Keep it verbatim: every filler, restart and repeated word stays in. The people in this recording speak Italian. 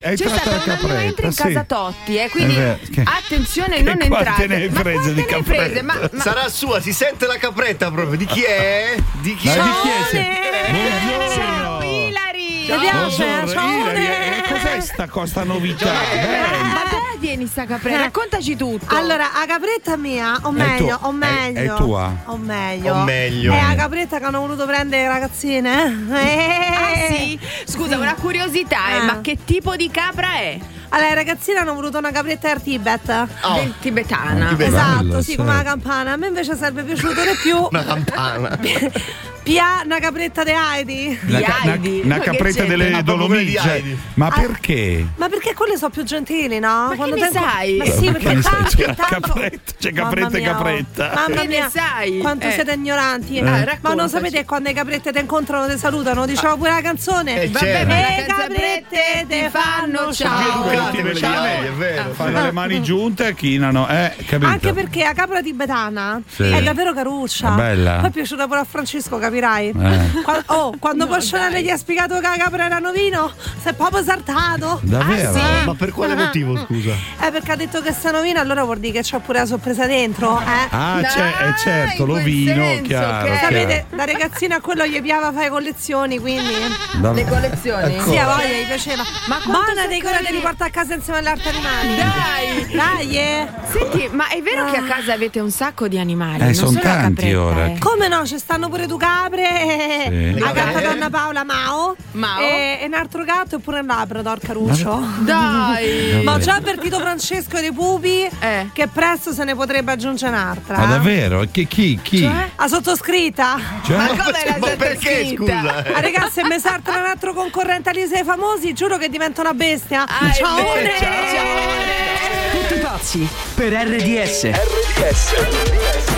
hai c'è tratto stata la una capretta, entri in sì. casa Totti, eh, quindi È vero, che- attenzione, che non quante entrate. ne hai Ma prese quante di ne hai prese? capretta? Ma, ma... Sarà sua, si sente la capretta proprio. Di chi è? Di chi Ma è? di chi è? se- Buongiorno. Ilari! Ti piace? Buongiorno, Ciao. Ilari, eh, cos'è sta cosa novità? Ma dai, vieni sta capretta, raccontaci tutto. Allora, la capretta mia, o meglio, tua- o meglio. è- è tua? O meglio. O meglio. È la capretta che hanno voluto prendere le ragazzine. Eh. Ah sì? Scusa, Sì. una curiosità, eh, Eh. ma che tipo di capra è? Allora, le ragazzine hanno voluto una capretta del Tibet. Oh. Del tibetana. Tibet- Esatto, bello, sì, sì. come la campana. A me invece sarebbe piaciuto di più. Una campana. Pia una capretta di Heidi. Una, ca- una- Heidi. una Ma che capretta c'entra? delle Ma proprio quelle di Dolomiti. Heidi. Ma Ah. perché? Ma perché quelle sono più gentili, no? Ma che ne te- sai? Ma sì, perché ne sai? tanto, C'è tanto... capretta, c'è Mamma capretta e mia, oh. capretta. Mamma Che ne mia, sai? quanto Eh. siete ignoranti. Ah, Ma raccontaci. non sapete quando le caprette ti incontrano, ti salutano? Diceva pure la canzone. Eh, Vabbè, certo. ma E le le caprette te fanno ciao. Più educate Ciao. quelle di lei, è vero. Fanno le mani giunte e chinano, eh, capito? Anche perché la capra tibetana Sì. è davvero caruccia. È bella. Poi è piaciuta pure a Francesco, capirai. Eh. Qua- oh, quando Boscionale gli ha spiegato che la capra era novino, si è proprio saltato. Davvero? Ah, sì? Ma per quale motivo, scusa? Eh, perché ha detto che sta novino, allora vuol dire che c'ha pure la sorpresa dentro, eh. Ah, Dai, c'è, eh, certo, in quel l'ovino, senso, chiaro, che- chiaro. Sapete, da ragazzina a quello gli piava fare collezioni, quindi Da- Le collezioni. sì, a voglia gli piaceva. Ma quanto buona sono dei cura carini. li porta a casa insieme agli altri animali. Dai. Dai, eh. Senti, ma è vero che a casa avete un sacco di animali? Eh, non son solo la tanti capretta, ora. eh. Come no, ci stanno pure due capre, Sì. la gatta Eh. donna Paola Mao, Mao. E, e un altro gatto e pure un labrador caruccio. Dai. Ma ho già avvertito Francesco dei pupi Eh. che presto se ne potrebbe aggiungere un'altra. Ma davvero? Che, chi? Chi? Cioè? La sottoscritta. Cioè? Ma come la Ma perché, sottoscritta? scusa? Ah, ragazzi, se mi salta un altro concorrente all'Isa dei famosi, giuro che diventa una bestia. Ah, è Ciao. vero, Ciao. ciao. Tutti pazzi per R D S. R D S